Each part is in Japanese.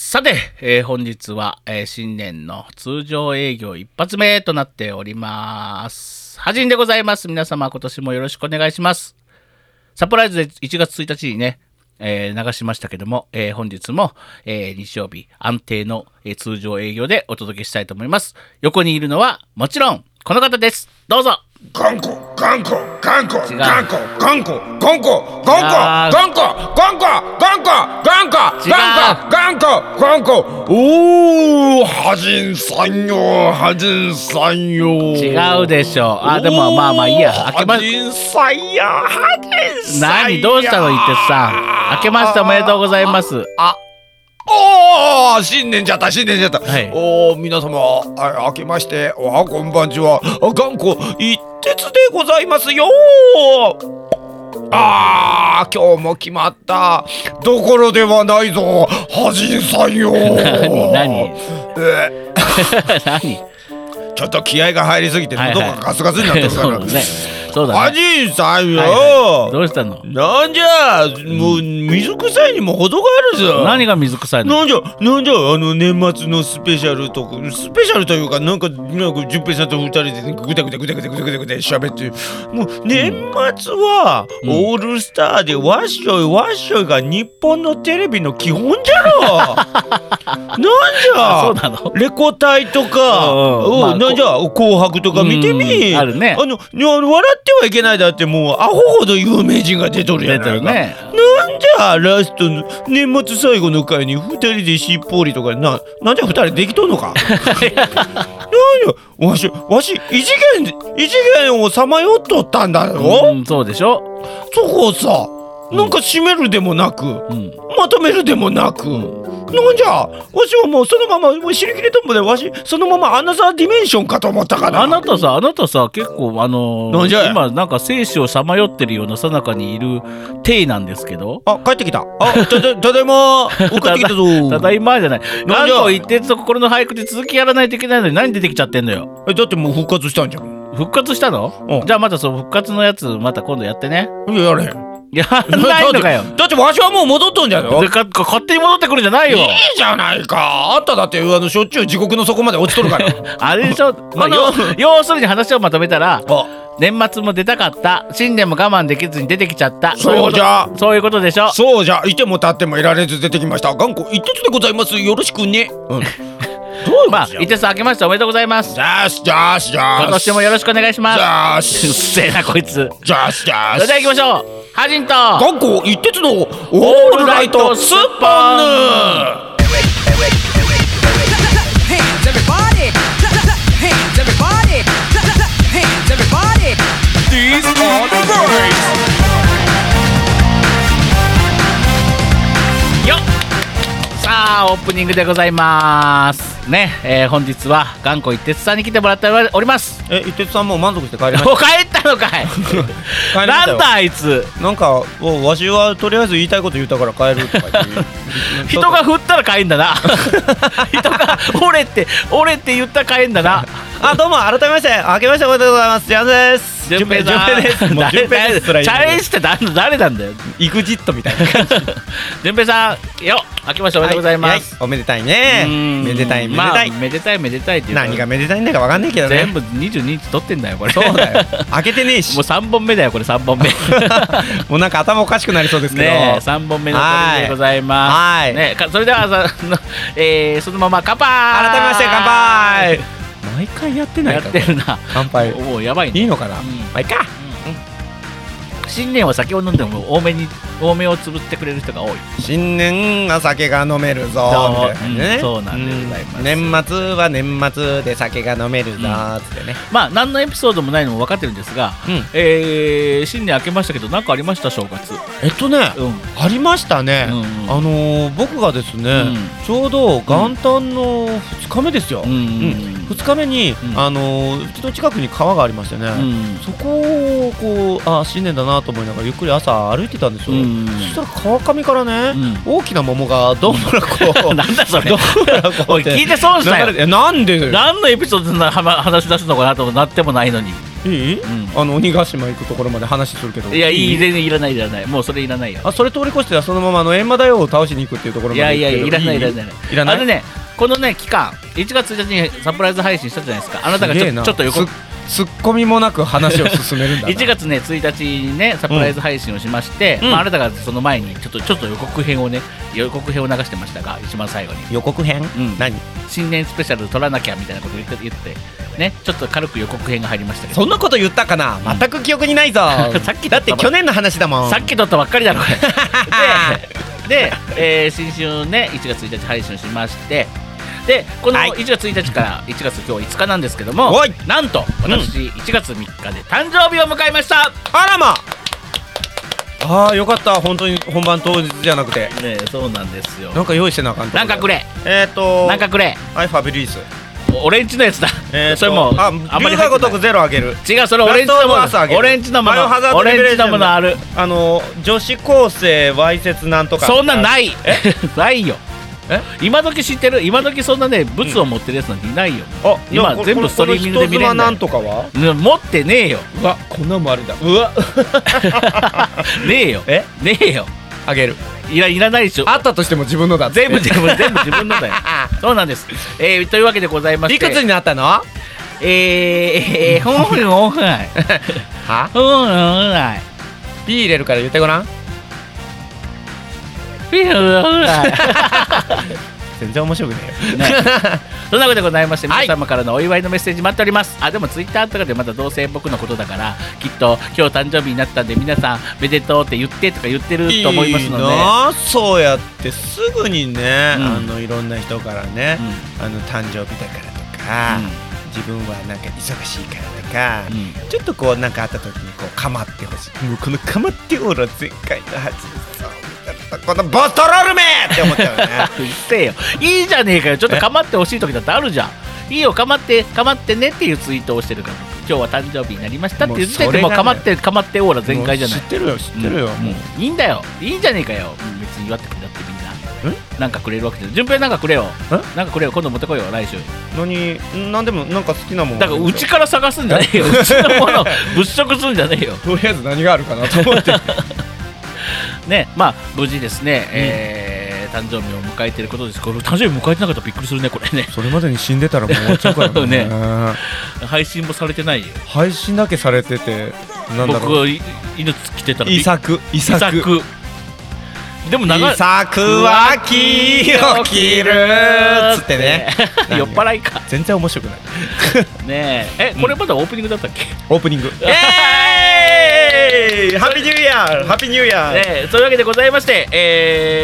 さて、本日は、新年の通常営業一発目となっております。はじんでございます。皆様今年もよろしくお願いします。サプライズで1月1日にね、流しましたけども、本日も、日曜日安定の、通常営業でお届けしたいと思います。横にいるのはもちろんこの方です。どうぞ。 頑固頑固頑固頑固頑固頑固頑固頑固頑固頑固頑固頑固頑固おーはじんさんよはじんさんよ。 違うでしょ。あ、でもまあいいや。 はじんさんやはじんさんや。 何どうしたの言ってさん。明けましておめでとうございます。 おー新年じゃった新年じゃった、 はい、 おー皆様明けましてこんばんちは頑固一徹でございますよ。今日も決まったどころではないぞはじんさんよ。 何何ちょっと気合が入りすぎて喉がガスガスになってるからそうだね。 はじんさんよ、 どうしたの。 なんじゃもう水臭いにも程があるぞ。 何が水臭いの。 なんじゃ年末のスペシャルというかなんか順平さんと二人でぐだぐだ喋ってもう年末はオールスターでわっしょいが日本のテレビの基本じゃろ。なんじゃそうなの。 レコ大とかなんじゃ紅白とか見てみ。 あるね。 笑ってはいけないだってもうアホほど有名人が出とるやないか。 ね、 なんじゃラストの年末最後の回に二人でしっぽりとかなんじゃ二人できとんのか。なんじゃわし異次元をさまよっとったんだろ。 そうでしょ。 そこをさなんか締めるでもなく、まとめるでもなく、なんじゃわしはもうそのままもう尻切れとんぼでわしそのままアナザーディメンションかと思ったから。 あなたさ結構なんじゃ今なんか生死をさまよってるような最中にいる体なんですけど。 帰ってきた。ただいま送ってきたぞ。 ただいまじゃない。なんか一定と心の俳句で続きやらないといけないのに何出てきちゃってんのよ。 だってもう復活したんじゃん。 復活したの。じゃあまたその復活のやつまた今度やってね。 やれへん。 やんないのかよ。 だってわしはもう戻っとんじゃろ。 勝手に戻ってくるんじゃないよ。 いいじゃないか。あんただってしょっちゅう地獄の底まで落ちとるから。 あれでしょ。要するに話をまとめたら年末も出たかった新年も我慢できずに出てきちゃった。そういうことでしょ。 そうじゃいても立ってもいられず出てきました頑固一徹でございますよろしくね。 一徹明けましておめでとうございます。 じゃあ今年もよろしくお願いします。うっせえなこいつ。それでは行きましょう。はじんと頑固一徹のオールライトスッポンヌ。 さあオープニングでございますね。本日は頑固一徹さんに来てもらっております。 一徹さんもう満足して帰りました。 帰ったのかい。なんだあいつ。 なんかわしはとりあえず言いたいこと言ったから帰るとか言って人が振ったら帰んだな。人が俺って言ったら帰んだな。 どうも改めまして明けましておめでとうございます。ジャンです順平です。もう順平です。チャレンジって誰なんだよ。 イグジットみたいな感じ。 順平さんよ明けましておめでとうございます。 おめでたいね。めでたいめでたいって何がめでたいんだかわかんないけどね。 全部22日取ってんだよこれ。 そうだよ。開けてねえし。 もう3本目だよこれ3本目。 もうなんか頭おかしくなりそうですけど。 ね3本目の鳥でございます。はい。ねそれではそのまま乾杯。 改めまして乾杯。毎回やってないか。 やってるな。 乾杯。 もうやばいね。 いいのかな。まあいいか。 新年は酒を飲んでも多めをつぶってくれる人が多い。 新年は酒が飲めるぞみたいなね。 そうなんでございます。 年末は年末で酒が飲めるぞってね。 まあ何のエピソードもないのも分かってるんですが、新年明けましたけど何かありました正月。 ありましたね。僕がですねちょうど元旦の2日目ですよ。2日目にうちの近くに川がありましてね、そこをこう新年だなと思いながらゆっくり朝歩いてたんですよ。そしたら川上からね大きな桃がどんぶらこうなんだそれ。聞いて損したよ。 なんで何のエピソードで話し出すのかなとなってもないのに。 いい、鬼ヶ島行くところまで話するけど。 いや、いい、全然いらないいらない。もうそれいらないよ。 それ通り越してはそのまま閻魔大王を倒しに行くっていうところまで行くけど。 いらないいらないいらない。このね期間1月1日にサプライズ配信したじゃないですか。あなたがちょっと予告ツッコミもなく話を進めるんだな。 1月ね1日にねサプライズ配信をしまして、あなたがその前にちょっと予告編を流してましたが、一番最後に予告編、何新年スペシャル撮らなきゃみたいなこと言ってね、ちょっと軽く予告編が入りましたけど。 そんなこと言ったかな、全く記憶にないぞ。さっきだって去年の話だもん。 さっき撮ったばっかりだろで、新春ね1月1日配信しまして、でこの1月1日から1月今日5日なんですけども、なんと私1月3日で誕生日を迎えました。 あらま、よかった。本当に本番当日じゃなくてね。そうなんですよ。 なんか用意してなあかんと。 なんかくれ。なんかくれ。 ファビリーズオレンジのやつだ。それもあんまり龍が如くゼロあげる。 違う、それオレンジのもの。オレンジのもの。オレンジのものある。 女子高生わいせつなんとか。 そんなんない。ないよ。今時知ってる？今時そんなねブツを持ってるやつなんていないよ。今全部ストリーミングで見れるんだよ。 なんとかは持ってねえよ。 うわ、こんなんもあるんだ。うわねえよ。ねえよ。 あげる。 いらないでしょ。 あったとしても自分のだ。 全部自分のだよ。そうなんです。というわけでございまして、 いくつになったの？ はピー入れるから言ってごらん。全然面白くねえよ。 そんなことでございまして、皆様からのお祝いのメッセージ待っております。でもツイッターとかでまたどうせ僕のことだからきっと今日誕生日になったんで皆さんめでとうって言ってとか言ってると思いますので。いいな、 そうやってすぐにね、いろんな人からね、誕生日だからとか、自分はなんか忙しいからとか、ちょっとこうなんかあった時にこうかまってほしい。もうこのかまってオーラ全開のはずです。このボトロルめって思っちゃうね。 うっせえよ。いいじゃねえかよ。ちょっとかまってほしい時だってあるじゃん。いいよ、かまってねっていうツイートをしてるから、今日は誕生日になりましたっていう時点でもうかまってオーラ全開じゃない。 知ってるよ。 もういいんだよ。いいんじゃねえかよ。別に祝ってくれだってみんな。なんかくれるわけじゃん。順平なんかくれよ。なんかくれよ。今度持ってこいよ、来週。 なんでもなんか好きなもん。 だからうちから探すんじゃねえよ。うちのもの物色するんじゃねえよ。 とりあえず何があるかなと思って。 ね、まあ無事ですね、誕生日を迎えていることです。これ誕生日迎えてなかったらびっくりするね、これね。 それまでに死んでたらもう終わっちゃうからね。 配信もされてないよ。 配信だけされてて、なんだろう。 僕犬来てたら。 遺作。 でも遺作は木を切るつってね。 酔っ払いか。 全然面白くない。 ねえ、これまだオープニングだったっけ？ オープニング。ハッピーニューイヤー。ハッピーニューイヤー。 そういうわけでございまして、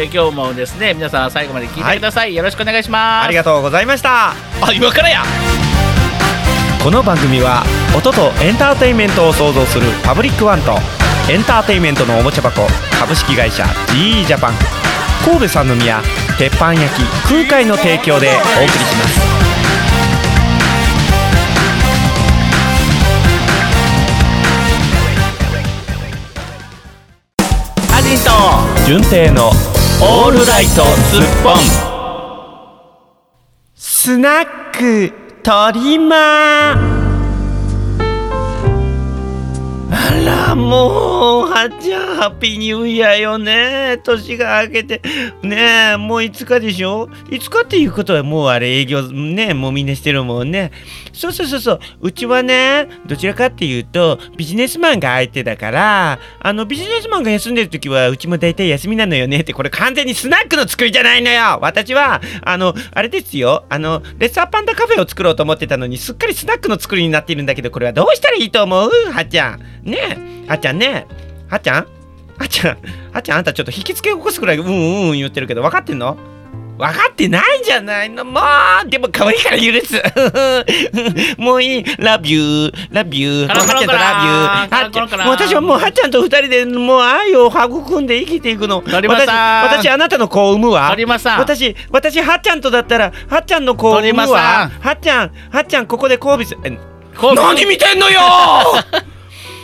今日もですね皆さん最後まで聞いてください。よろしくお願いします。 ありがとうございました。 今からや。 この番組は音とエンターテインメントを創造するパブリックワンとエンターテインメントのおもちゃ箱株式会社 GE ジャパン神戸三宮鉄板焼き空海の提供でお送りします。 アジンと純正のオールライトスッポン。 スナックトリマー。あら、もうはっちゃんハッピーニューイヤーよね。年が明けてねえ、もう5日でしょ。5日っていうことはもうあれ営業ね、もうみんなしてるもんね。そう、うちはねどちらかっていうとビジネスマンが相手だから、ビジネスマンが休んでる時はうちも大体休みなのよねって。これ完全にスナックの作りじゃないのよ。私はあれですよ、レッサーパンダカフェを作ろうと思ってたのにすっかりスナックの作りになっているんだけど、これはどうしたらいいと思う？はっちゃんねえ、はっちゃんね、はっちゃんあんたちょっと引きつけ起こすくらい言ってるけど分かってんの？分かってないんじゃないの？もうでも可愛いから許す。もういい。ラビューはっちゃんとラビュー。私はもうはっちゃんと二人でもう愛を育んで生きていくの。私あなたの子を産むわ。私はっちゃんとだったらはっちゃんの子を産むわ。はっちゃんここで交尾する。何見てんのよ。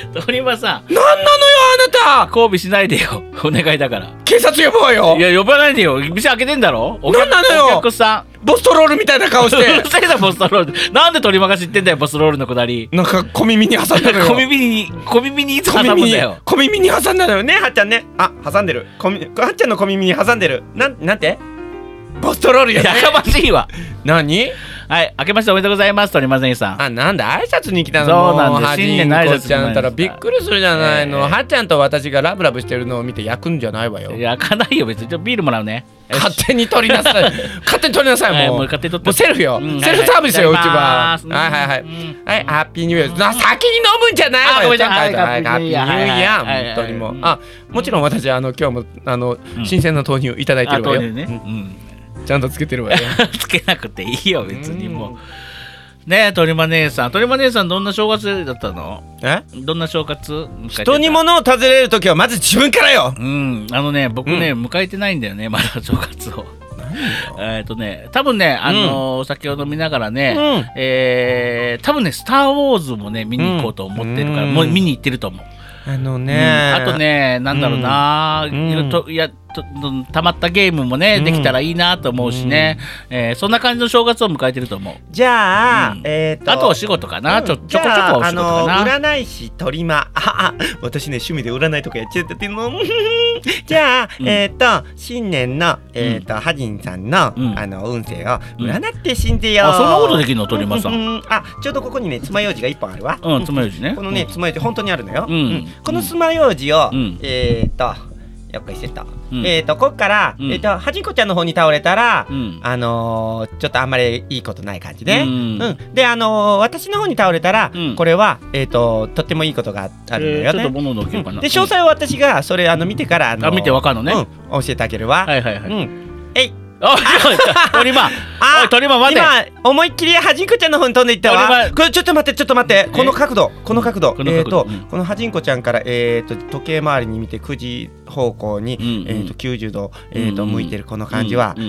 鳥間さん、 なんなのよあなた。 交尾しないでよ、お願いだから。 警察呼ぶわよ。 いや呼ばないでよ、店開けてんだろ。 なんなのよ。 お客さんボストロールみたいな顔して。 うるせえなボストロール。なんで鳥間が知ってんだよボストロールのくだり。 なんか小耳に挟んだのよ。 小耳にいつ挟むんだよ。 小耳に挟んだのよね、はっちゃんね。あ、挟んでる。はっちゃんの小耳に挟んでる。なんてボストロールやね。 やかましいわ。 何。 はい、明けましておめでとうございます、鳥間善さん。 あ、なんだ挨拶に来たの。 そうなんです、 新年の挨拶にこちゃんたらびっくりするじゃないの。はっちゃんと私がラブラブしてるのを見て焼くんじゃないわよ。 焼かないよ別に。ちょっとビールもらうね。 勝手に取りなさい。勝手に取りなさい。もう勝手に取って。 もうセルフよ、セルフサービスよ、うちは。はいはいはい。はい、ハッピーニューイヤー。先に飲むんじゃないわよ。ちゃんとハッピーニューイヤー。本当にもう。あ、もちろん私今日も新鮮な豆乳いただいてるわよ。ちゃんとつけてるわよ。 つけなくていいよ別にもう。ねえ、鳥間姉さんどんな正月だったの？どんな正月？ 人に物を尋ねるときはまず自分からよ。 僕ね、迎えてないんだよねまだ正月を。多分ねお酒を飲みながらね、多分ねスター・ウォーズもね見に行こうと思ってるから、もう見に行ってると思う。あとね、なんだろうな、たまったゲームもねできたらいいなと思うしね、そんな感じの正月を迎えてると思う。 じゃあ、 あとお仕事かな、ちょこちょこお仕事かな。 占い師鳥間、私ね趣味で占いとかやっちゃったっていうの。じゃあ、新年のハジンさんの運勢を占って信じよう。 そんなことできるの鳥間さん。 ちょうどここにね爪楊枝が1本あるわ。 爪楊枝ね。 このね爪楊枝本当にあるのよ。この爪楊枝をよっこいせっと、こっから、はじんこちゃんの方に倒れたら、ちょっとあんまりいいことない感じね。で私の方に倒れたら、これはとってもいいことがあるのよね。 ちょっと物のけかな。 で詳細を私がそれ見てから見てわかるのね。 教えてあげるわ。 はいはいはい。 えい。 鳥間、鳥間待て。 今思いっきりはじんこちゃんの方に飛んでいったわ。これちょっと待ってこの角度このはじんこちゃんから時計回りに見て9時方向に90度向いてるこの感じは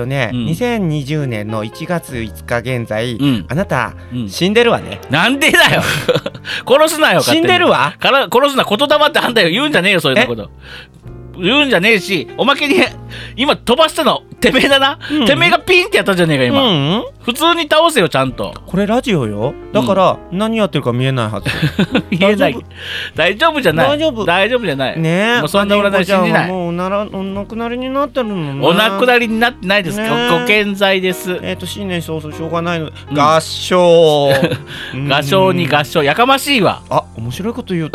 2020年の1月5日現在あなた死んでるわね。 なんでだよ。殺すなよ。 死んでるわ。 殺すな。言霊ってあんだよ。言うんじゃねえよそういうこと。言うんじゃねえし、おまけに今飛ばしたのてめえだな。てめえがピンってやったじゃねえか今。普通に倒せよちゃんと。 これラジオよ。だから何やってるか見えないはず。 見えない。大丈夫じゃない。大丈夫じゃない。 ねえ。 もうそんな占い信じない。 もうお亡くなりになってるのね。 お亡くなりになってないです。ご健在です。 新年早々しょうがないの。合唱。 合唱に合唱。やかましいわ。 面白いこと言った。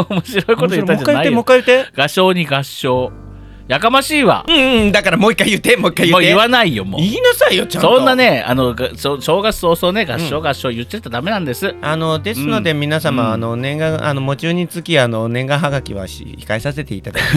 面白いこと言ったじゃないよ。 もう一回言って。 合唱に合唱。やかましいわ。 だからもう一回言って。もう言わないよもう。 言いなさいよちゃんと。 そんなね正月早々ね合唱言っちゃったらダメなんです。 ですので皆様年賀喪中につき年賀はがきは控えさせていただきます。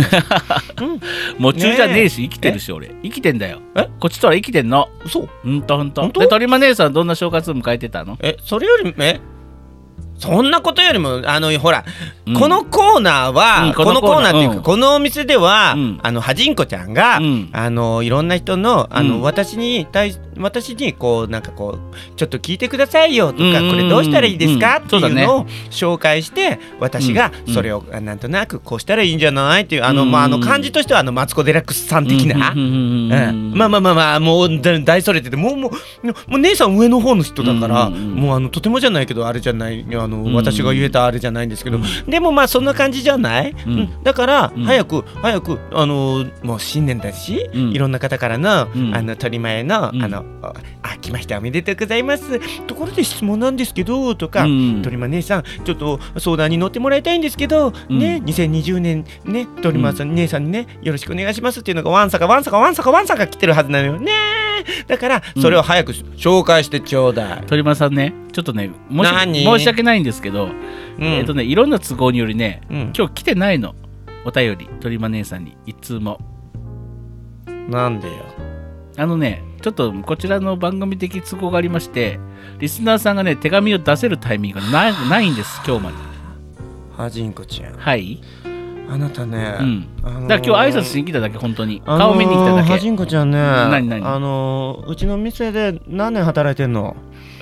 喪中じゃねえし生きてるし俺生きてんだよ。こっちとは生きてんの。 そう。 ほんと。で鳥間姉さんどんな正月を迎えてたの？ それよりそんなことよりもほら、このコーナーは、このコーナーっていうか、このお店でははじんこちゃんがいろんな人の私にこうなんかこうちょっと聞いてくださいよとか、これどうしたらいいですかっていうのを紹介して、私がそれをなんとなくこうしたらいいんじゃないっていう感じとしてはマツコ・デラックスさん的な、まあもう大それててもう姉さん上の方の人だからもうとてもじゃないけどあれじゃない私が言えたあれじゃないんですけど、でもまあそんな感じじゃない、だから早くもう新年だし、いろんな方からの鳥前の来ましたおめでとうございますところで質問なんですけどとか、鳥間姉さんちょっと相談に乗ってもらいたいんですけどね、2020年ね鳥間さん姉さんにねよろしくお願いしますっていうのがワンサカ来てるはずなのよね。だからそれを早く紹介してちょうだい。 鳥間さんねちょっとね申し訳ないんですけど、いろんな都合によりね、今日来てないのお便り鳥間姉さんに一通も。 なんでよ。 ちょっとこちらの番組的都合がありまして、リスナーさんがね手紙を出せるタイミングがないんです今日まで。 はじんこちゃん。 はい。 あなたね、 だから今日挨拶しに来ただけ、本当に顔見に来ただけ。 はじんこちゃんね、 何うちの店で何年働いてんの？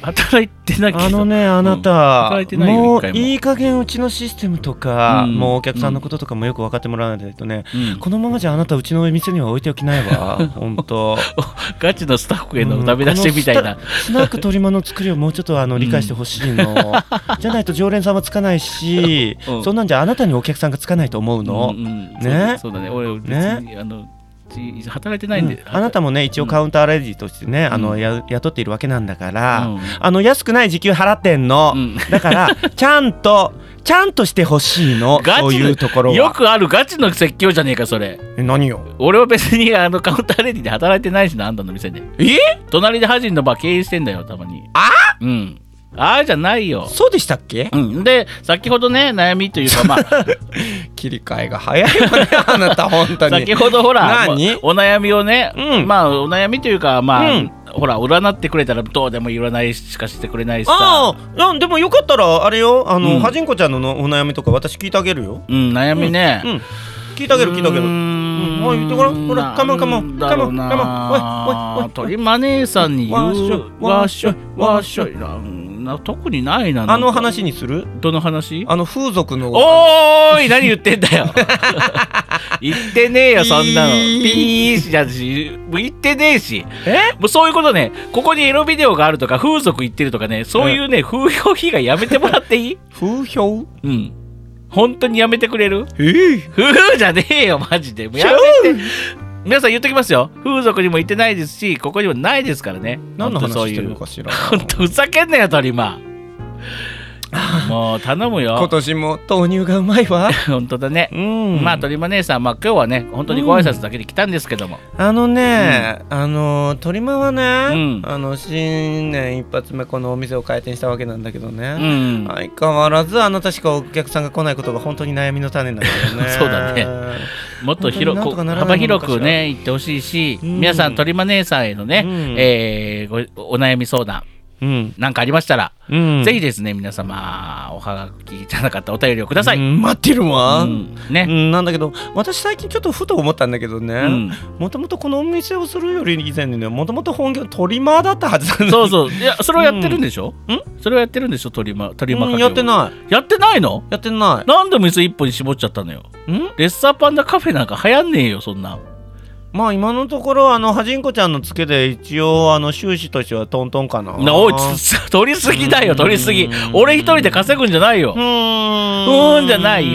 働いてないけど、 あなた、 働いてないよもう一回もいい加減うちのシステムとか、もうお客さんのこととかもよく分かってもらわないとね、このままじゃあなたうちの店には置いておきないわ本当ガチのスタッフへのダメ出しみたいな、 スナック鳥間の作りをもうちょっと理解してほしいの、じゃないと常連さんはつかないし、そんなんじゃあなたにお客さんがつかないと思うの、ね。 そうだね、俺別に働いてないんで、 あなたもね一応カウンターレディとしてね、雇っているわけなんだから、安くない時給払ってんの、だからちゃんとしてほしいの、そういうところは。 よくあるガチの説教じゃねえかそれ。 何よ。 俺は別にカウンターレディで働いてないしな、あんたの店で。隣でハジンのバー経営してんだよたまに。じゃないよ。 そうでしたっけ？ で先ほどね悩みというか切り替えが早いよねあなた本当に。 先ほどほらお悩みをね、お悩みというかほら占ってくれたらどうでもいい占いしかしてくれないしさ。 でもよかったらあれよ、はじんこちゃんのお悩みとか私聞いてあげるよ。 悩みね、 聞いてあげる。言ってごらん。ほら、カモン。おい。 鳥マネーさんに言うわっしょい特にないな。 話にする？ どの話？ 風俗の。 おーい、何言ってんだよ言ってねえよそんなの。ピーしだし、もう言ってねえし。もうそういうことね。ここにエロビデオがあるとか風俗行ってるとかね、そういうね風評被害やめてもらっていい？ 風評？ 本当にやめてくれる？風じゃねえよマジで。もうやめて。皆さん言っときますよ。風俗にも行ってないですし、ここにもないですからね。 何の話してるのかしら。 ほんとふざけんなよ鳥間。もう頼むよ。 今年も豆乳がうまいわ本当だね。鳥間姉さん、今日はね本当にご挨拶だけで来たんですけども、 鳥間はね、新年一発目このお店を開店したわけなんだけどね、相変わらずあなたしかお客さんが来ないことが本当に悩みの種なんだよねそうだね。もっと幅広くね言ってほしいし、皆さん鳥間姉さんへのね、お悩み相談なんかありましたら、ぜひですね皆様おはがきじゃなかったお便りをください。 待ってるわ、 なんだけど私最近ちょっとふと思ったんだけどね、もともとこのお店をするより以前にね、もともと本業鳥間だったはずなんだ。 そういやそれをやってるんでしょ、それをやってるんでしょ鳥間やってないの。やってない。 なんで店一本に絞っちゃったのよ。レッサーパンダカフェなんか流行んねえよそんな。 今のところはじんこちゃんのツケで一応収支としてはトントンかな。 おい取りすぎだよ取りすぎ。俺一人で稼ぐんじゃないよ。じゃない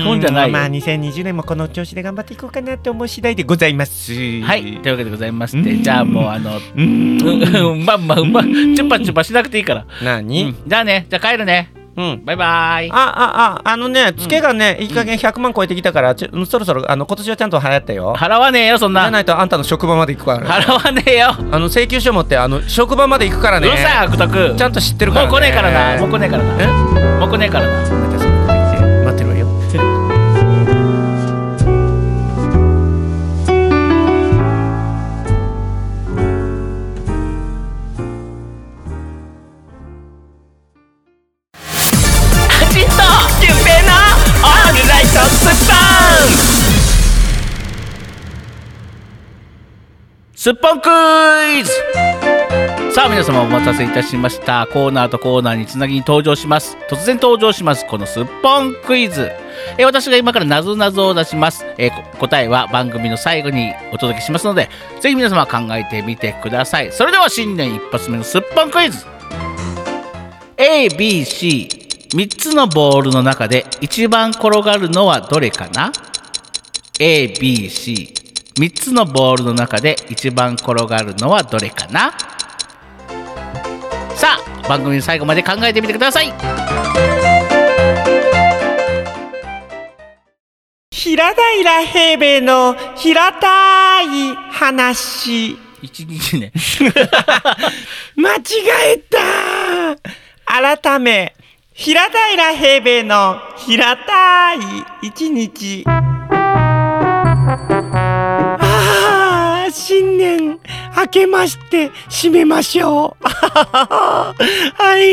2020年もこの調子で頑張っていこうかなって思う次第でございます。 はいというわけでございまして、じゃあもうチュパチュパしなくていいから。 何？ じゃあね、じゃあ帰るね。バイバイ。 ツケがねいい加減100万超えてきたからそろそろ今年はちゃんと払ったよ。 払わねえよそんな。 じゃないとあんたの職場まで行くから。 払わねえよ。 請求書持って職場まで行くからね。 うるさい悪徳。 ちゃんと知ってるからね。 もう来ねえからな。待ってるわよ。すっぽんクイズ。さあ皆様お待たせいたしました。コーナーとコーナーにつなぎに突然登場しますこのすっぽんクイズ。私が今からなぞなぞを出します。答えは番組の最後にお届けしますので、ぜひ皆様考えてみてください。それでは新年一発目のすっぽんクイズ。 ABC3 つのボールの中で一番転がるのはどれかな。 ABC3 つのボールの中で一番転がるのはどれかな。さあ番組の最後まで考えてみてください。 平平平兵衛の平たい話。 一日ね間違えた。改め平平平兵衛の平たい一日。新年明けまして締めましょう。はい。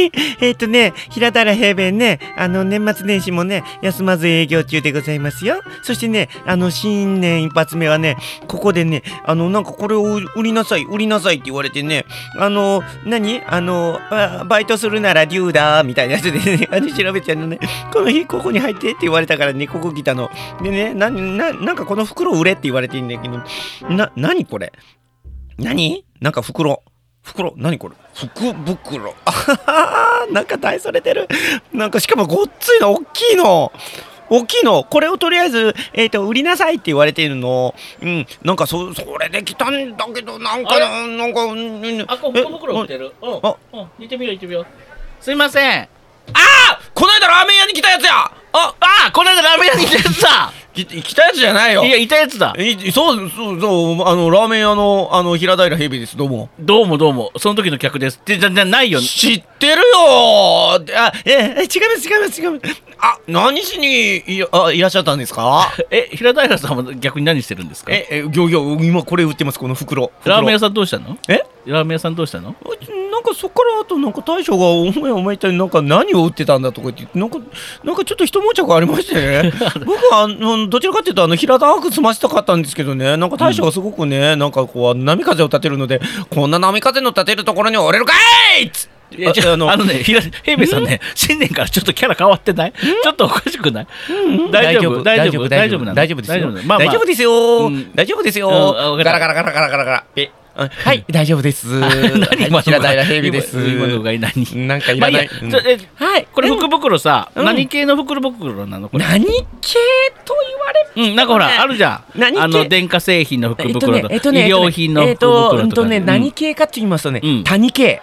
平平平弁ね、年末年始もね、休まず営業中でございますよ。そしてね、新年一発目はね、ここでね、なんかこれを売りなさいって言われてね、バイトするならリューだみたいなやつでね、調べちゃうのね、この日ここに入ってって言われたからね、ここ来たの。でね、なんかこの袋売れって言われていいんだけど、何これ？なんか袋、何これ？福袋。なんか大それてる。なんかしかもごっついの、大きいの。これをとりあえず、売りなさいって言われているの。なんかそれで来たんだけど、なんか、 こ福袋売ってる。行ってみよう。すいません。 この間ラーメン屋に来たやつや。 この間ラーメン屋に来たやつだ。 来たやつじゃないよ。 いや、いたやつだ。 そう、ラーメン屋の平平ヘビです。どうも。 その時の客です。じゃないよ。 知ってるよ。違います。何しにいらっしゃったんですか？ 平平さんは逆に何してるんですか？ 今これ売ってます、この袋。 ラーメン屋さんどうしたの？なんかそっからあとなんか大将がお前一体なんか何を売ってたんだとか言ってなんかちょっと一悶着ありましてね僕はどちらかというと平たく済ませたかったんですけどね、なんか大将がすごくね、なんかこう波風を立てるので、こんな波風の立てるところに折れるかいっつって。平兵さんね、新年からちょっとキャラ変わってない？ちょっとおかしくない？大丈夫ですよ。大丈夫ですよ。ガラガラ。はい、大丈夫です。平平ヘビです。今のが何？なんかいらない。はい、これ福袋さ、何系の福袋なの？これ何系と言われる？ なんかほらあるじゃん。電化製品の福袋と医療品の福袋とか。 何系かと言いますとね、谷系。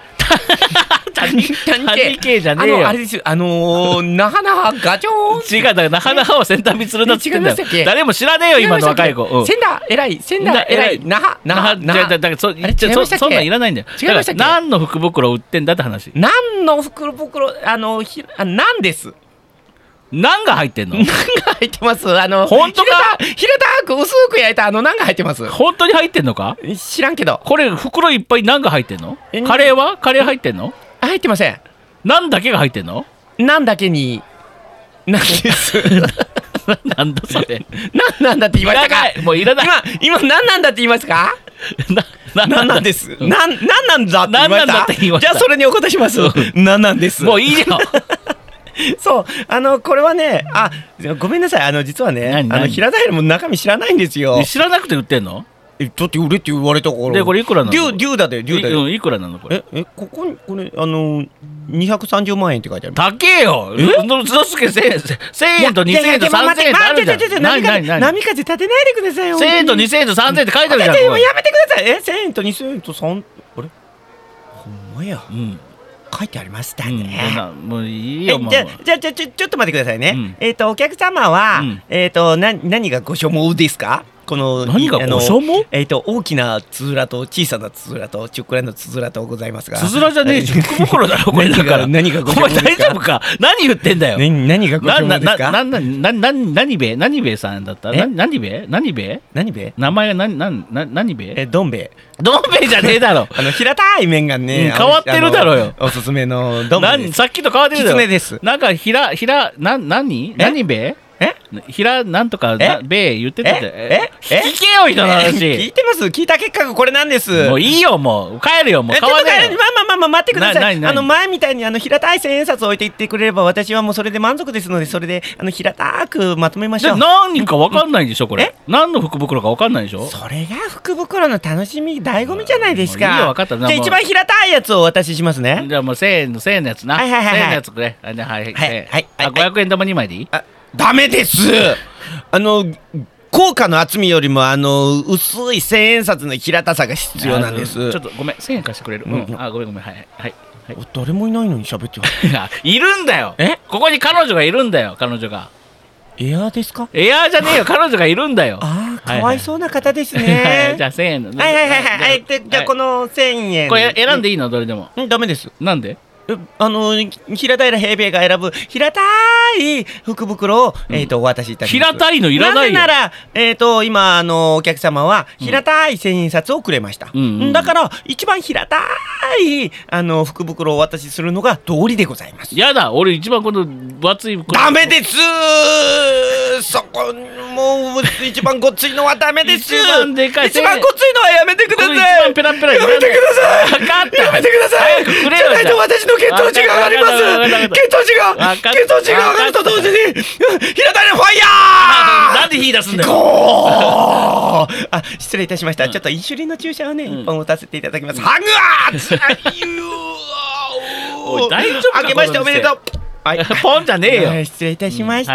谷系じゃねえよ。 あれですよ、なはなはガチョーン。 違う、だからなはなはは先端見つるなっつってんだよ。誰も知らねえよ今の若い子。 せんだ偉いなはだからそんなんいらないんだよ。 違いましたっけ？ 何の福袋売ってんだって話。 何の福袋なんです。 何が入ってんの？ 何が入ってます。 本当か？ 平たく薄く焼いた何が入ってます。 本当に入ってんのか？ 知らんけど。 これ袋いっぱい何が入ってんの？カレー入ってんの？ 入ってません。 何だけが入ってんの？ 何だけになんです。 なんだそれ。 なんだって言いましたか？ もういらない。 今何なんだって言いますか？何なんです。何なんだって言いました。じゃあそれにお答えします。何なんです。 もういいよ。 そうこれはね、ごめんなさい、実はね、平平も中身知らないんですよ。 知らなくて売ってんの？ だって売れって言われたから。 でこれいくらなの？ デューだよ。 いくらなのこれ？ ここにこれ230万円って書いてある。 高えよ。嘘つけ。1000円と2000円と3000円ってあるじゃん。 波風立てないでくださいよ。 1000円と2000円と3000円って書いてあるじゃん。 やめてください。1000円と2000円と3、あれほんまや。書いてありましたね。 もういいよ。 じゃあちょっと待ってくださいね。お客様は何がご所望ですか？この何がご所望？ 大きなつづらと小さなつづらと中くらいのつづらとございますが。 つづらじゃねえし、福袋だろこれだから。 何がご所望ですか？ お前大丈夫か？何言ってんだよ。 何がご所望ですか？ 何べさんだった？何べ？名前が何べ？ どんべじゃねえだろ。 平たい麺がね変わってるだろよ。 おすすめのどんべです。 さっきと変わってるだろ。 きつねです。 なんか何べ？なんとかべ言ってたじゃん。聞けよ人の話。 聞いてます。聞いた結果がこれなんです。 もういいよ、もう帰るよ。もう買わないよ。まあ待ってください。前みたいに平たい千円札置いていってくれれば私はもうそれで満足ですので、それで平たくまとめましょう。 何か分かんないでしょこれ。何の福袋か分かんないでしょ。 それが福袋の楽しみ、醍醐味じゃないですか。 いいよ、分かった。 じゃあ一番平たいやつをお渡ししますね。 じゃあもう1000円のやつな。1000円のやつくれ。はい。500円玉2枚でいい？ ダメです。硬貨の厚みよりも薄い千円札の平たさが必要なんです。 ちょっとごめん、1000円貸してくれる？ごめん。はい。 誰もいないのに喋ってる。 いるんだよ。ここに彼女がいるんだよ。彼女が。 エアーですか？ エアーじゃねえよ。彼女がいるんだよ。 かわいそうな方ですね。 じゃあ1000円の。 はい。じゃあこの1000円。 これ選んでいいの？どれでも。 ダメです。 なんで？ 平平平兵が選ぶ平たい福袋を、お渡しいたします。 平たいのいらないよ。 なぜなら、今お客様は平たい千円札をくれました、だから一番平たい福袋をお渡しするのが道理でございます。 やだ、俺一番この分厚いダメです。そこもう一番ごっついのはダメです。 一番でかい、 一番ごっついのはやめてください。 一番ペラペラやめてください。 分かった、 やめてください。 早くくれよ。 じゃないと私の血糖値が上がります。血糖値が上がると同時に平たいのファイヤー。 なんで火出すんだよ。 失礼いたしました、ちょっとインシュリンの注射をね、1本打たせていただきます。ハグおい大丈夫か。 明けましておめでとう。 ポンじゃねえよ。 失礼いたしました。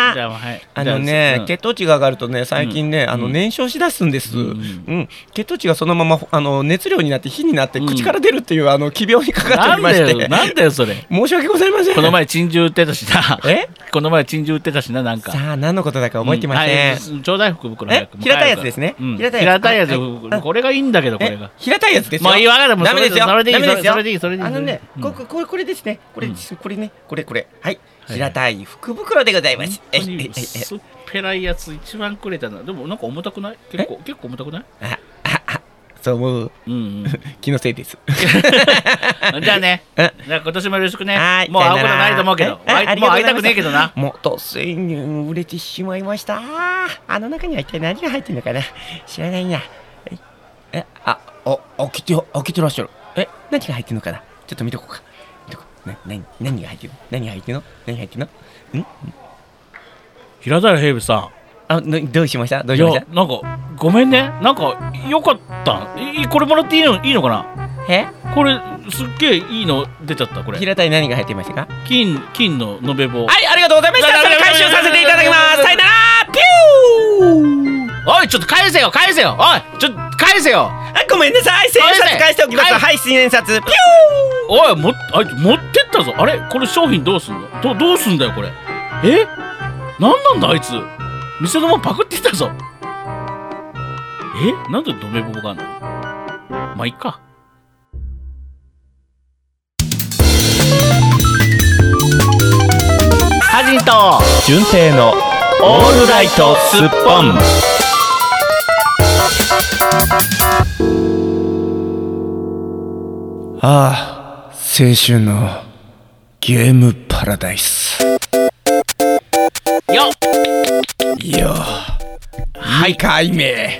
血糖値が上がるとね、最近ね、燃焼しだすんです。血糖値がそのまま熱量になって火になって口から出るっていう奇病にかかっておりまして。 なんだよそれ。 申し訳ございません。 この前珍獣売ってたしな。この前珍獣売ってたしな、なんか。 さあ何のことだか覚えてません。 ちょうだい福袋。 平たいやつですね。 平たいやつ。これがいいんだけど、これが。 平たいやつですよ。 まあいいわかる。 ダメですよ。 それでいい。 これですね。これね。これ。はい。平たい福袋でございます。 薄っぺらいやつ一番くれたな。でもなんか重たくない？結構重たくない？ そう思う。気のせいです。 じゃあね。今年もよろしくね。もう会うことないと思うけど。もう会いたくねえけどな。 元1000円売れてしまいました。中には一体何が入ってるのかな。知らないな。開けてらっしゃる。何が入ってるのかな。ちょっと見とこうか。何が入ってるの？ 平平平さん。どうしました？ なんかごめんね。なんかよかった。これもらっていいのかな？これすっげえいいの出ちゃった。これ平たい何が入っていましたか？ 金の延べ棒。 はい、ありがとうございました。それ回収させていただきます。さよなら。ピュー。 おいちょっと返せよ。おいちょっと返せよ。 ごめんなさい。千円札返しておきます。はい、千円札。ピュー。 おい持ってったぞ。あれこれ商品どうすんの？どうすんだよこれ。なんなんだあいつ。店のもんパクってきたぞ。なんで止め棒があんの？まあいっか。ハジンと純正のオールライトスッポン。青春のゲームパラダイスよ 2回目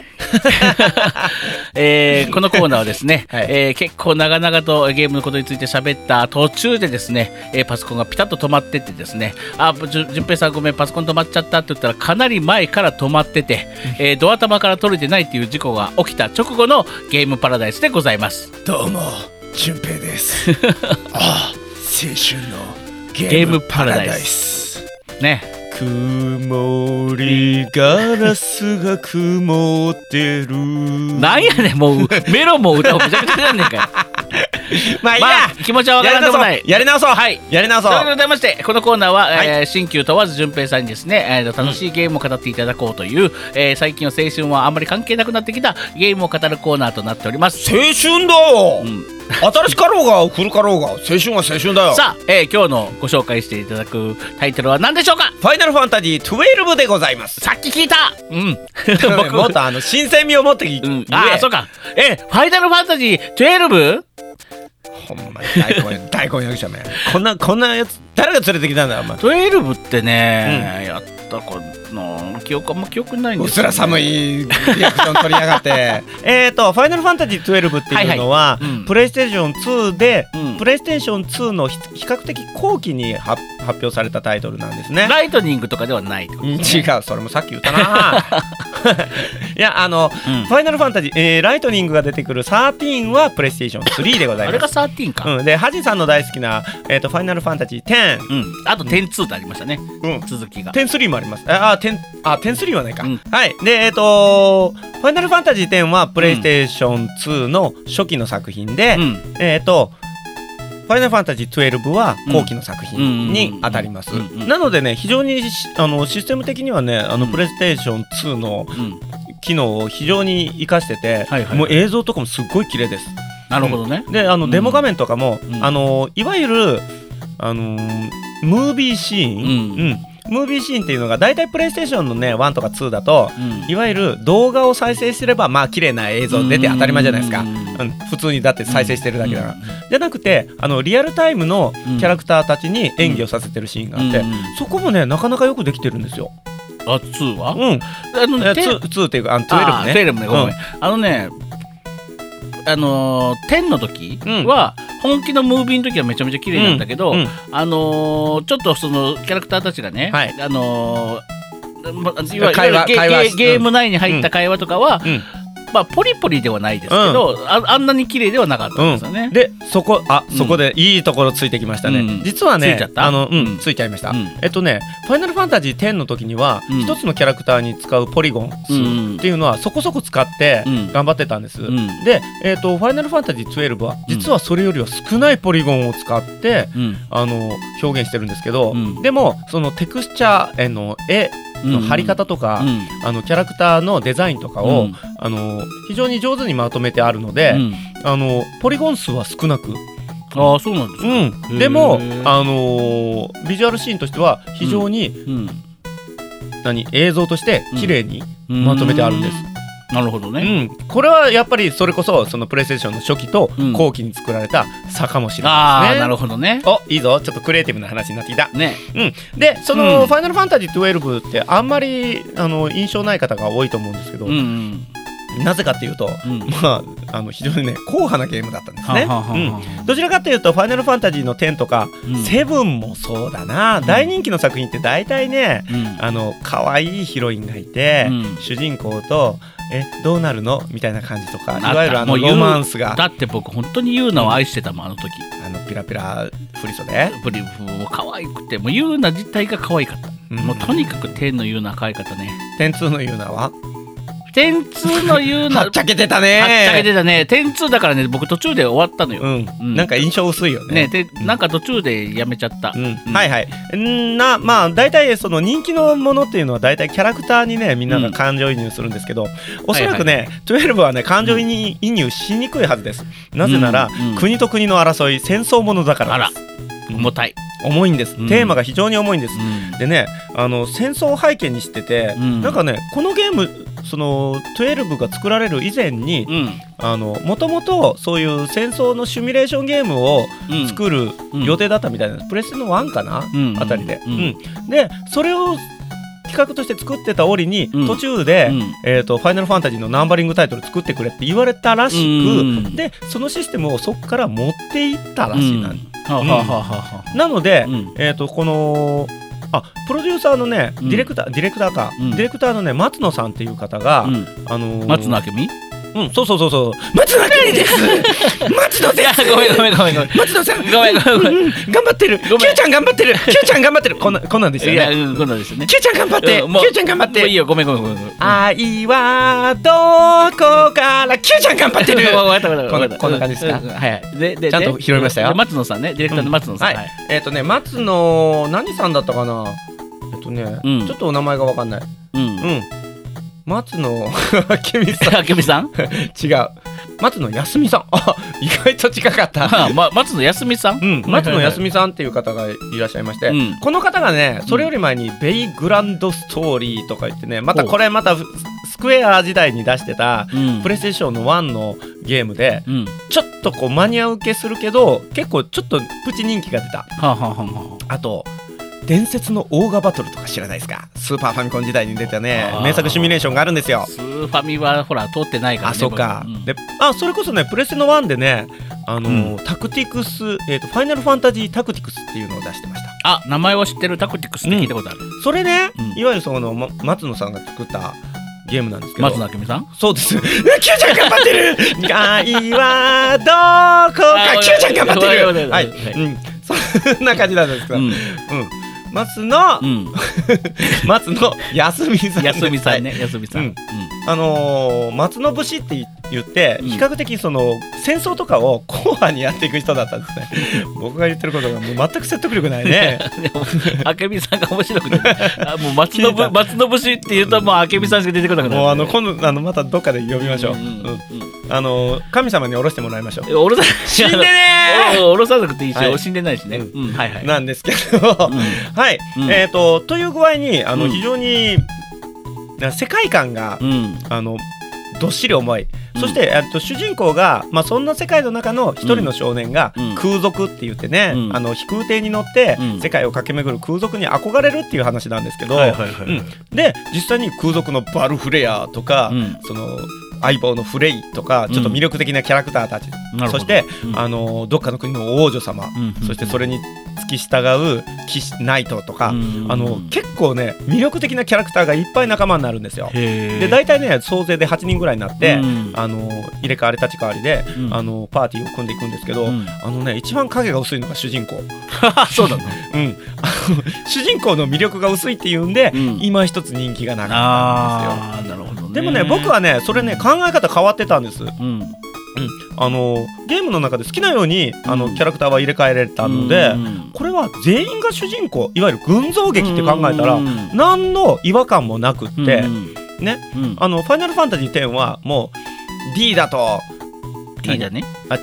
このコーナーはですね、結構長々とゲームのことについて喋った途中でですね、パソコンがピタッと止まっててですね、順平さんごめんパソコン止まっちゃったって言ったらかなり前から止まってて、ドア玉から取れてないっていう事故が起きた直後のゲームパラダイスでございます。 どうも順平です青春のゲームパラダイスね。 曇りガラスが曇ってる。 なんやねんもうメロンも歌をぐちゃぐちゃなんねんかよ。 まあいいや、 気持ちはわからんでもない。 やり直そう。ということでございましてこのコーナーは、新旧問わず順平さんにですね、楽しいゲームを語っていただこうという、最近の青春はあんまり関係なくなってきたゲームを語るコーナーとなっております。 青春だよ、新しかろうが古かろうが青春は青春だよ。 さあ、今日のご紹介していただくタイトルは何でしょうか？ ファイナルファンタジー12でございます。 さっき聞いた。 僕もっと新鮮味を持って聞いて、 そうか。ファイナルファンタジー 12？ ほんまに大根役者め。こんなやつ誰が連れてきたんだお前。 12ってね、やったかな、記憶ないんですよ、ね。 うすら寒いリアクション取りやがってファイナルファンタジー12っていうのは、プレイステーション2で、プレイステーション2の比較的後期に発表されたタイトルなんですね。 ライトニングとかではないってことですね。 違う、それもさっき言ったないやファイナルファンタジー、ライトニングが出てくる13はプレイステーション3でございます。 あれが13か。 でハジさんの大好きな、ファイナルファンタジー10、 あと10-2ってありましたね、続きが。 10-3もあります。10-3はないか、はい。でファイナルファンタジー10はプレイステーション2の初期の作品で、ファイナルファンタジー12は後期の作品に当たります。なのでね、非常にシステム的にはね、プレイステーション2の機能を非常に活かしてて、もう映像とかもすっごい綺麗です。 なるほどね。 でデモ画面とかも、いわゆるムービーシーン、ムービーシーンっていうのがだいたいプレイステーションのね1とか2だと、いわゆる動画を再生すればまあ綺麗な映像出て当たり前じゃないですか、普通にだって再生してるだけだから、じゃなくてリアルタイムのキャラクターたちに演技をさせてるシーンがあって、そこもねなかなかよくできてるんですよ。 2は 2っていうか12ね。 12ね、ごめん。ね10の時は本気のムービーの時はめちゃめちゃ綺麗なんだけど、ちょっとそのキャラクターたちがね、ゲーム内に入った会話とかは、まあポリポリではないですけど、あんなに綺麗ではなかったんですよね。 でそこでいいところついてきましたね。実はねついちゃいました。ファイナルファンタジー10の時には一つのキャラクターに使うポリゴン数っていうのはそこそこ使って頑張ってたんです。でファイナルファンタジー12は実はそれよりは少ないポリゴンを使って表現してるんですけど、でもそのテクスチャーの絵の貼り方とか、キャラクターのデザインとかを、非常に上手にまとめてあるので、ポリゴン数は少なく、 そうなんですか。 でもビジュアルシーンとしては非常に、映像として綺麗にまとめてあるんです。 なるほどね、 これはやっぱりそれこそそのプレイステーションの初期と後期に作られた差かもしれないですね。 なるほどね。 いいぞ、ちょっとクリエイティブな話になってきたね。 でそのファイナルファンタジー12ってあんまり印象ない方が多いと思うんですけど、なぜかっていうと、非常にね硬派なゲームだったんですね。どちらかというとファイナルファンタジーの10とか7もそうだな、大人気の作品って大体ね可愛いヒロインがいて、主人公とどうなるのみたいな感じとか、いわゆるロマンスが。 だって僕本当にユーナを愛してたもん、あの時。 ピラピラ振り袖もう可愛くて、もうユーナ自体が可愛かった、もうとにかく10のユーナ可愛かったね。 10-2のユーナは 10-2のユーナはっちゃけてたね。 はっちゃけてたね。10-2だからね、僕途中で終わったのよ。 なんか印象薄いよね。 なんか途中でやめちゃった。 はいはい。まあ大体その人気のものっていうのは大体キャラクターにねみんなが感情移入するんですけど、おそらくね12はね感情移入しにくいはずです。なぜなら国と国の争い、戦争ものだからです。重いんです。テーマが非常に重いんです。でね戦争を背景にしてて、なんかねこのゲームその12が作られる以前にもともとそういう戦争のシミュレーションゲームを作る予定だったみたいな、プレステの1かなあたりで、でそれを企画として作ってた折に途中でファイナルファンタジーのナンバリングタイトル作ってくれって言われたらしく、でそのシステムをそこから持っていったらしいなのでこのプロデューサーのねディレクターのね松野さんっていう方が松野明美、 そう松野明美です松野です。 ごめん松野さんごめん頑張ってる。キューちゃん頑張ってるこんなんですよね。 こんなんですよね。 キューちゃん頑張ってキューちゃん頑張っていいよ。ごめん愛はどこからキューちゃん頑張ってるこんな感じですか。ちゃんと拾いましたよ。 松野さんね、ディレクターの松野さん。 松野何さんだったかな。ちょっとお名前が分かんない。松野明美さん違う、松野康美さん。意外と近かった。 松野康美さん、 松野康美さんっていう方がいらっしゃいまして、この方がねそれより前にベイグランドストーリーとか言ってね、またスクエア時代に出してたプレイステーションの1のゲームで、ちょっとこうマニア受けするけど結構ちょっとプチ人気が出た。あと伝説のオーガバトルとか知らないですか。スーパーファミコン時代に出たね名作シミュレーションがあるんですよ。 スーファミはほら通ってないからね。 そうか。でそれこそねプレステの1でねタクティクスファイナルファンタジータクティクスっていうのを出してました。 名前は知ってる。タクティクスって聞いたことある。 それねいわゆるその松野さんが作ったゲームなんですけど。 松野明美さん。 そうです。キューちゃん頑張ってる愛はどこかキューちゃん頑張ってる。はい、そんな感じなんですけど、松野康美さん。 康美さんね。康美さん。 松野節って言って、比較的その戦争とかを後半にやっていく人だったんですね。僕が言ってることがもう全く説得力ないね。 でも明美さんが面白くて、もう松信氏っていうともう明美さんしか出てこなくなる。 もう今度またどっかで呼びましょう。神様に下ろしてもらいましょう。死んでねー。下ろさなくていいし、死んでないしね。 なんですけど、はい。という具合に非常に世界観がどっしり重い。そして主人公が、そんな世界の中の一人の少年が空賊って言ってね、飛空艇に乗って世界を駆け巡る空賊に憧れるっていう話なんですけど、で実際に空賊のバルフレアとか、その相棒のフレイとかちょっと魅力的なキャラクターたち、そして、どっかの国の王女様、そしてそれに付き従うナイトとか、結構ね魅力的なキャラクターがいっぱい仲間になるんですよ。で大体ね総勢で8人ぐらいになって、入れ替わり立ち替わりで、パーティーを組んでいくんですけど、一番影が薄いのが主人公。 そうだね。 主人公の魅力が薄いっていうんで、今一つ人気がなかったんですよ。 なるほどね。 でもね僕はねそれね考え方変わってたんです。ゲームの中で好きなようにキャラクターは入れ替えられたので、これは全員が主人公、いわゆる群像劇って考えたら何の違和感もなくってね、ファイナルファンタジー10はもう D だと D だね。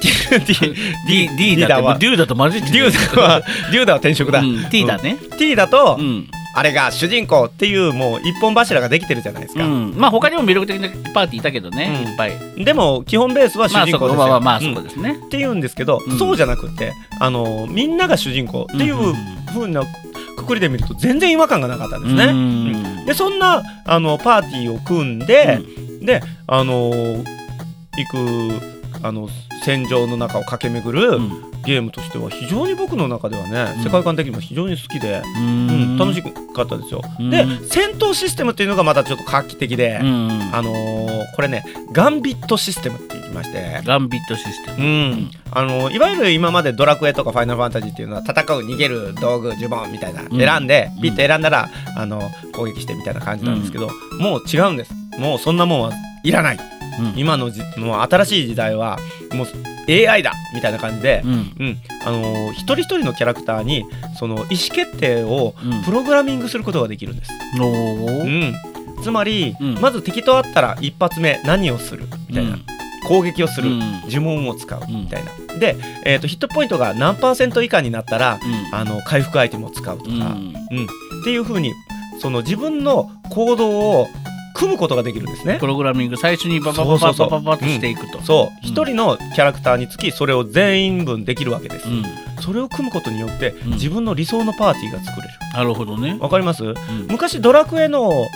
D だわ。 デューだとマジで。 デューダは転職だ。 T だね。 T だとあれが主人公っていうもう一本柱ができてるじゃないですか。 他にも魅力的なパーティーいたけどね、いっぱい。 でも基本ベースは主人公ですよ。 そうですね。 っていうんですけど、そうじゃなくてみんなが主人公っていう風なくくりで見ると全然違和感がなかったんですね。でそんなパーティーを組んで、で行く戦場の中を駆け巡るゲームとしては非常に僕の中ではね、世界観的にも非常に好きで、楽しかったですよ。で戦闘システムっていうのがまたちょっと画期的で、これねガンビットシステムって言いまして、 ガンビットシステム、 いわゆる今までドラクエとかファイナルファンタジーっていうのは戦う、逃げる、道具、呪文みたいな選んで、ピッと選んだら攻撃してみたいな感じなんですけど、もう違うんです。もうそんなもんはいらない。今のもう新しい時代はもう AI だみたいな感じで、一人一人のキャラクターにその意思決定をプログラミングすることができるんです。つまり、まず敵と会ったら一発目何をするみたいな、攻撃をする、呪文を使うみたいな。で、ヒットポイントが何%以下になったら、回復アイテムを使うとか、っていう風にその自分の行動を組むことができるんですね。 プログラミング最初にバババババババとしていくと。 そう一人のキャラクターにつきそれを全員分できるわけです。それを組むことによって自分の理想のパーティーが作れる。 なるほどね。 わかります？昔ドラクエの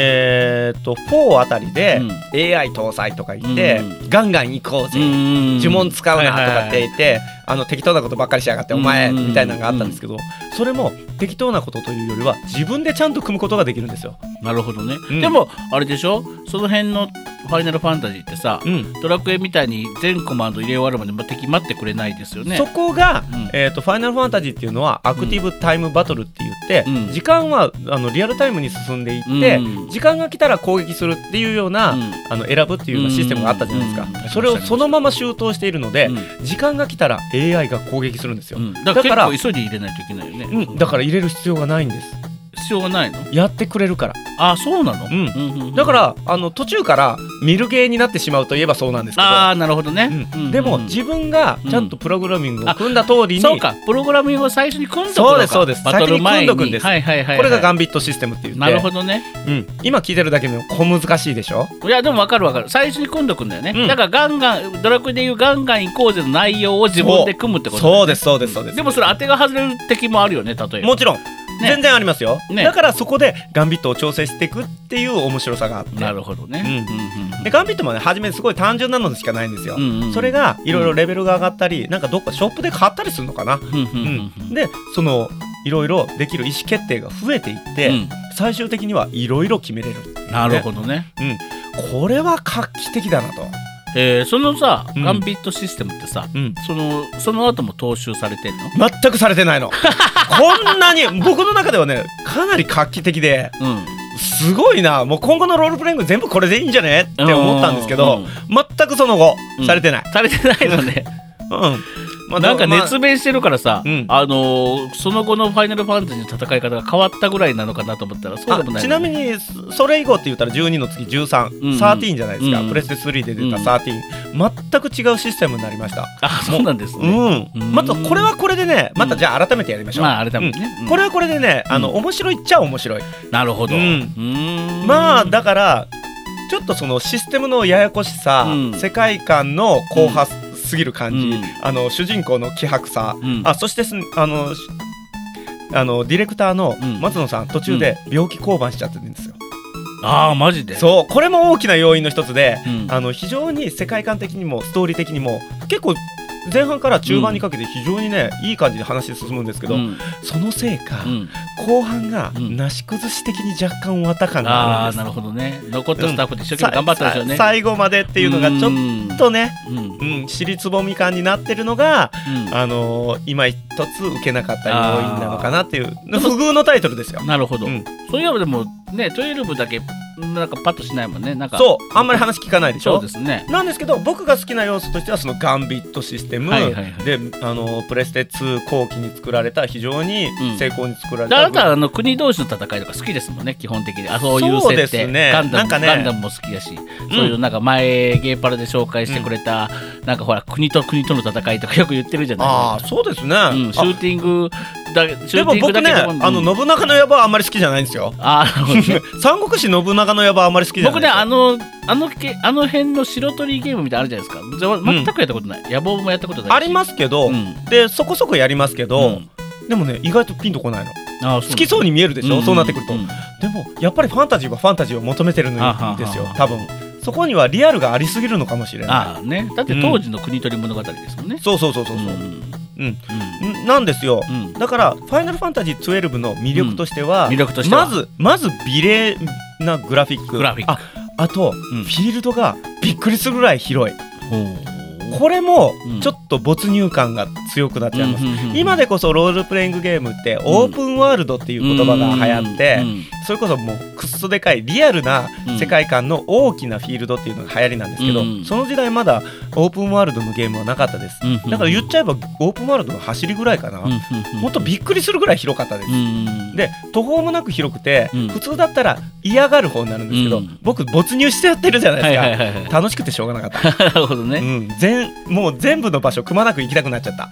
4あたりで AI 搭載とか言ってガンガン行こうぜ、呪文使うなとかって言って適当なことばっかりしやがってお前みたいなのがあったんですけど、それも適当なことというよりは自分でちゃんと組むことができるんですよ。 なるほどね。でもあれでしょ、その辺のファイナルファンタジーってさ、ドラクエみたいに全コマンド入れ終わるまで敵待ってくれないですよね。 そこが、ファイナルファンタジーっていうのはアクティブタイムバトルって言って、時間はリアルタイムに進んでいって、時間が来たら攻撃するっていうような、選ぶっていうようなシステムがあったじゃないですか。それをそのまま周到しているので、時間が来たら AI が攻撃するんですよ。 だから結構急いで入れないといけないよね。 だから入れる必要がないんです。 必要がないの？ やってくれるから。 あ、そうなの？ だから途中から見るゲーになってしまうといえばそうなんですけど。 ああ、なるほどね。 でも自分がちゃんとプログラミングを組んだ通りに、 そうか、プログラミングを最初に組んどくのか。 そうですそうです。 バトル前に先に組んどくんです。これがガンビットシステムって言って。 なるほどね。 今聞いてるだけでも小難しいでしょ。 いやでも分かる分かる。最初に組んどくんだよね。だからガンガンドラクエでいうガンガン行こうぜの内容を自分で組むってことだよね。 そうですそうですそうです。 でもそれ当てが外れる敵もあるよね、例えば。 もちろん。全然ありますよ。だからそこでガンビットを調整していくっていう面白さがあって。 なるほどね。 でガンビットもね初めすごい単純なのしかないんですよ。それがいろいろレベルが上がったり、なんかどっかショップで買ったりするのかな。でそのいろいろできる意思決定が増えていって、最終的にはいろいろ決めれる。 なるほどね。 これは画期的だなと。 そのさ、ガンビットシステムってさ、その後も踏襲されてんの？ 全くされてないの。こんなに僕の中ではねかなり画期的で、 すごいな、もう今後のロールプレイング全部これでいいんじゃねって思ったんですけど、全くその後、されてない。 されてないのね。なんか熱弁してるからさ、その後のファイナルファンタジーの戦い方が変わったぐらいなのかなと思ったらそうでもない、ね、 ちなみにそれ以後って言ったら12の次13、13じゃないですか、プレステ3で出た13、全く違うシステムになりました。 あ、そうなんですね。 またこれはこれでね、またじゃあ改めてやりましょう。 まあ改めてね、 これはこれでね、面白いっちゃ面白い。 なるほど。 まあだからちょっとそのシステムのややこしさ、世界観の後発すぎる感じ、主人公の気迫さ、そしてディレクターの松野さん、途中で病気降板しちゃってるんですよ。 ああ、マジで。 そう、これも大きな要因の一つで、非常に世界観的にもストーリー的にも結構前半から中盤にかけて非常にね、いい感じで話進むんですけど、そのせいか、後半がなし崩し的に若干終わった感があるんです。 なるほどね。残ったスタッフで一生懸命頑張ったでしょうね。 最後までっていうのがちょっとね、尻つぼみ感になってるのが、今一つ受けなかった要因なのかなっていう不遇のタイトルですよ。 なるほど。そういえばでもね、12だけなんかパッとしないもんね。なんかそうあんまり話聞かないでしょ。 そうですね。 なんですけど僕が好きな要素としてはそのガンビットシステムで、プレステ2後期に作られた非常に成功に作られた、 あなたは国同士の戦いとか好きですもんね、基本的に。そういう設定、ね、ガンダムも好きだし、そういうなんか前ゲーパラで紹介してくれた、なんかほら国と国との戦いとかよく言ってるじゃないですか。 そうですね、 シューティングだけ。 でも僕ね、信長の野望はあんまり好きじゃないんですよ。三国志信長の野望はあんまり好きじゃない。 僕ね、あの辺の白鳥ゲームみたいなのあるじゃないですか。全くやったことない。野望もやったことないし。 ありますけど、でそこそこやりますけど、でもね意外とピンとこないの。好きそうに見えるでしょ、そうなってくると。でもやっぱりファンタジーはファンタジーを求めてるのですよ、多分。そこにはリアルがありすぎるのかもしれない。 ね、だって当時の国取り物語ですもんね。 そう。なんですよ。だからファイナルファンタジー12の魅力としては、まず美麗なグラフィック、あとフィールドがびっくりするぐらい広い。これもちょっと没入感が強くなっちゃいます。今でこそロールプレイングゲームってオープンワールドっていう言葉が流行って、それこそもうくっそでかいリアルな世界観の大きなフィールドっていうのが流行りなんですけど、その時代まだオープンワールドのゲームはなかったです。だから言っちゃえばオープンワールドの走りぐらいかな。もっとびっくりするぐらい広かったです。で途方もなく広くて、普通だったら嫌がる方になるんですけど、僕没入してやってるじゃないですか。楽しくてしょうがなかった。 なるほどね。 もう全部の場所くまなく行きたくなっちゃった。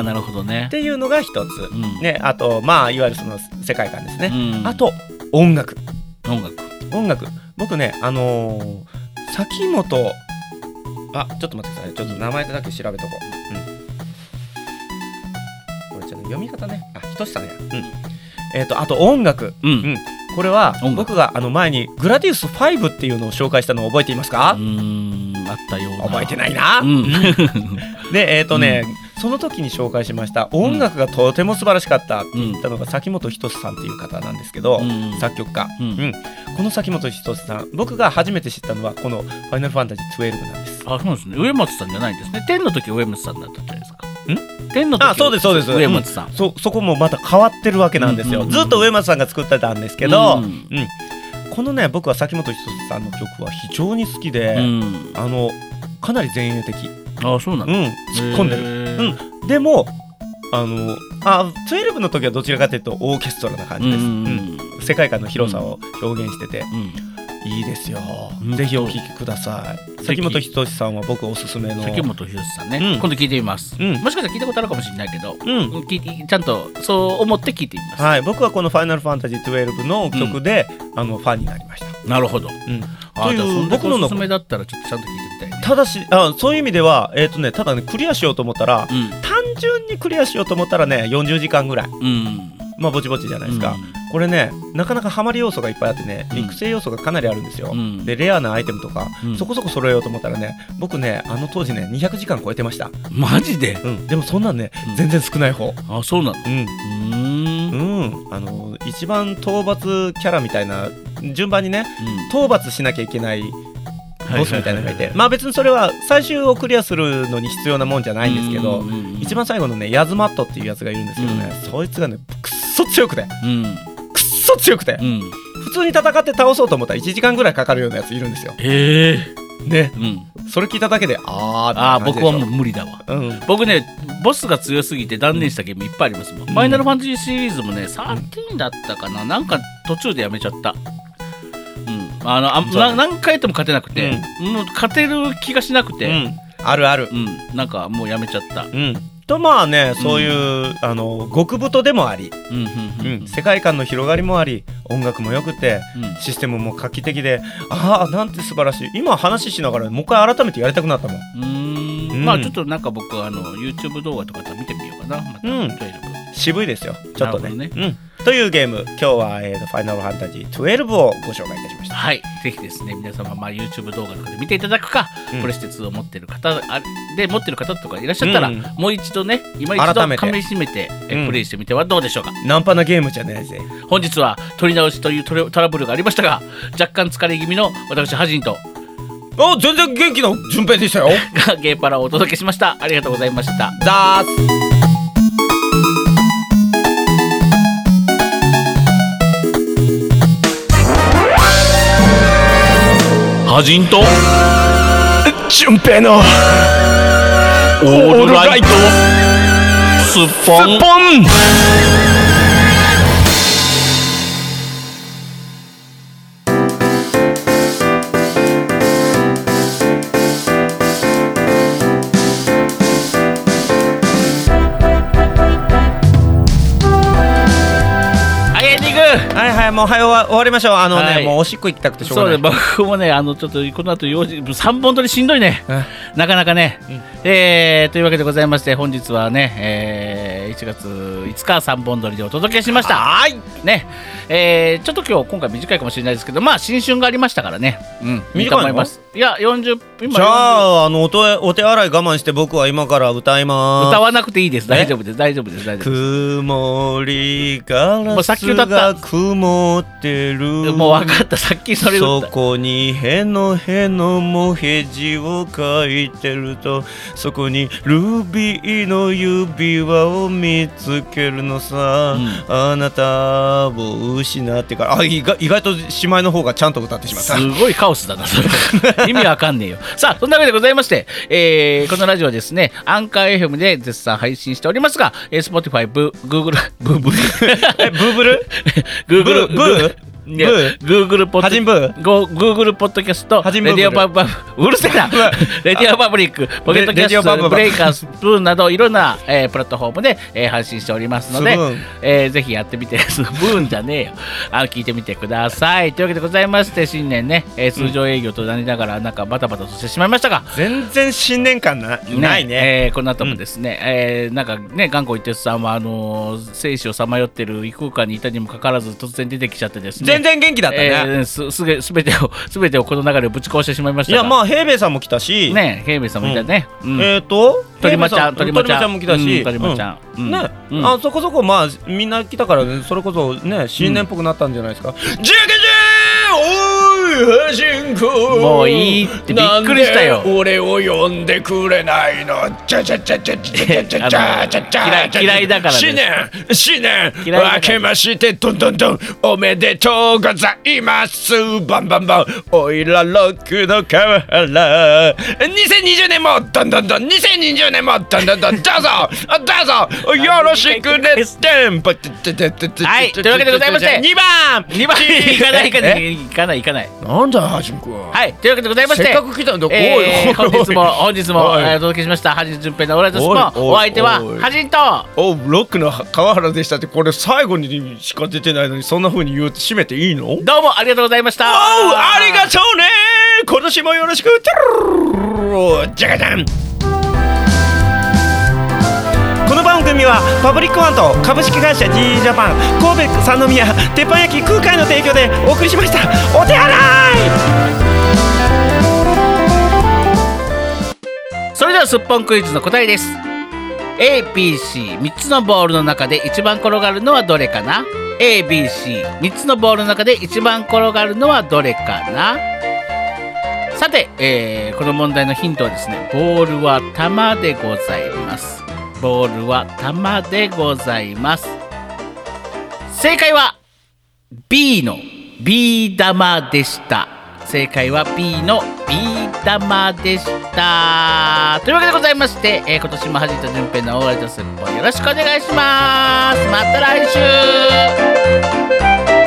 なるほどね。 っていうのが一つ、あといわゆるその世界観ですね。あと音楽。僕ね崎本、ちょっと待ってください。ちょっと名前だけ調べとこう。これちょっと読み方ね。ひとしさんや。あと音楽。これは僕が前にグラディウス5っていうのを紹介したのを覚えていますか？ あったような。 覚えてないな。でその時に紹介しました音楽がとても素晴らしかったって言ったのが崎本仁さんっていう方なんですけど、作曲家。この崎本仁さん、僕が初めて知ったのはこのファイナルファンタジー12なんです。 そうですね。上松さんじゃないんですね。10の時上松さんだったじゃないですか。10の時そうです上松さん。 そこもまた変わってるわけなんですよ。ずっと上松さんが作ってたんですけど、このね僕は崎本仁さんの曲は非常に好きで、かなり前衛的。 そうなんだ。 突っ込んでる。でも12の時はどちらかというとオーケストラな感じです。世界観の広さを表現してていいですよ。ぜひお聴きください。崎本仁さんは僕おすすめの。 崎本仁さんね、今度聞いてみます。もしかしたら聞いたことあるかもしれないけど、ちゃんとそう思って聞いてみます。 僕はこのファイナルファンタジー12の曲でファンになりました。 なるほど。 という僕のおすすめだったらちょっとちゃんと聞いてみたいね。 ただしそういう意味ではただねクリアしようと思ったら、単純にクリアしようと思ったらね40時間ぐらい。ぼちぼちじゃないですか。これねなかなかハマり要素がいっぱいあってね、育成要素がかなりあるんですよ。でレアなアイテムとか、そこそこ揃えようと思ったらね、僕ね当時ね200時間超えてました。 マジで？ でもそんなんね、全然少ない方。 そうなの？ 一番討伐キャラみたいな順番にね、討伐しなきゃいけないボスみたいなのがいて、別にそれは最終をクリアするのに必要なもんじゃないんですけど、一番最後のねヤズマットっていうやつがいるんですけどね、そいつがねくっそ強くて、普普通に戦って倒そうと思ったら1時間ぐらいかかるようなやついるんですよ。ね、それ聞いただけで僕はもう無理だわ、僕ねボスが強すぎて断念したゲームいっぱいありますもん、ファイナルファンタジーシリーズもね13だったかな、なんか途中でやめちゃった。何回とも勝てなくて、もう勝てる気がしなくて、 あるある、 なんかもうやめちゃった。 とまあね、そういう極太でもあり、世界観の広がりもあり、音楽も良くて、システムも画期的で、なんて素晴らしい。今話しながらもう一回改めてやりたくなったもん。 まあちょっとなんか僕YouTube 動画とか見てみようかな、また渋いですよちょっとね。というゲーム、今日はファイナルファンタジー12をご紹介いたしました。 はい、ぜひですね皆様YouTube 動画とかで見ていただくか、プレステ2を持ってる方とかいらっしゃったら、もう一度ね今一度噛みしめてプレイしてみてはどうでしょうか。 ナンパなゲームじゃないぜ。 本日は取り直しというトラブルがありましたが、若干疲れ気味の私ハジンと全然元気の順平でしたよがゲーパラをお届けしました。ありがとうございました。 ザーハジンと順平のオールライトスッポン。 もう早終わりましょう。もうおしっこ行きたくてしょうがない。 そうね、僕もねちょっとこの後3本撮りしんどいね、なかなかね、というわけでございまして、本日はね、1月5日3本撮りでお届けしました。はいね、ちょっと今回短いかもしれないですけど、新春がありましたからね、いいと思います。いや40分。 じゃあお手洗い我慢して僕は今から歌います。 歌わなくていいです。大丈夫です。 曇りガラスが曇ってる。 もう分かった。さっきそれそこにへのもへじを書いてると、そこにルビーの指輪を見つけるのさ、あなたを失ってから。意外と姉妹の方がちゃんと歌ってしまった。 すごいカオスだなそれ意味わかんねえよ。さあそんなわけでございまして、このラジオはですねアンカー FM で絶賛配信しておりますが、Spotify、Google ブーグルポッドキャスト、レディオパブうるせえなレディオパブリック、ポケットキャスト、ブレイカー、スプーンなどいろんなプラットフォームで配信しておりますので、ぜひやってみてスブーンじゃねえよ聞いてみてください。というわけでございまして、新年ね通常営業となりながらなんかバタバタとしてしまいましたが、 全然新年感ないね。 この後もですね、なんかね頑固一徹さんは生死をさまよってる異空間にいたにもかかわらず突然出てきちゃってですね、 全然元気だったね。 すべてをこの流れをぶち壊してしまいましたが。 いや平兵衛さんも来たしね、平兵衛さんもいたね。 鳥間ちゃんも来たし、 鳥間ちゃんね、そこそこみんな来たからね、それこそね新年っぽくなったんじゃないですか。ハジンコもういいってびっくりしたよ。 なんで俺を呼んでくれないの。 嫌いだから新年明けましてどんおめでとうございます。バンおいらロックの川原、2020年もどん2020年もどんどうぞよろしくねって。 はい、というわけでございまして 2番行かないなんだハジンコは。 はい、というわけでございまして、 せっかく来たんだ。 本日もお届けしましたハジン純平のオーライトスポン。お相手はハジンとロックの川原でしたって。これ最後にしか出てないのにそんな風に言うと締めていいの？ どうもありがとうございました。 ありがとうね。今年もよろしく。じゃがじゃん。この番組はパブリックワンと株式会社 GE ジャパン、神戸三宮鉄板焼き空海の提供でお送りしました。お手洗い。それではすっぽんクイズの答えです。 ABC3 つのボールの中で一番転がるのはどれかな。 ABC3 つのボールの中で一番転がるのはどれかな。さて、この問題のヒントはですね、ボールは玉でございます。ボールは玉でございます。正解は B のビー玉でした。正解は B のビー玉でした。というわけでございまして、今年もはじいと順平のオーライトスッポンよろしくお願いします。また来週。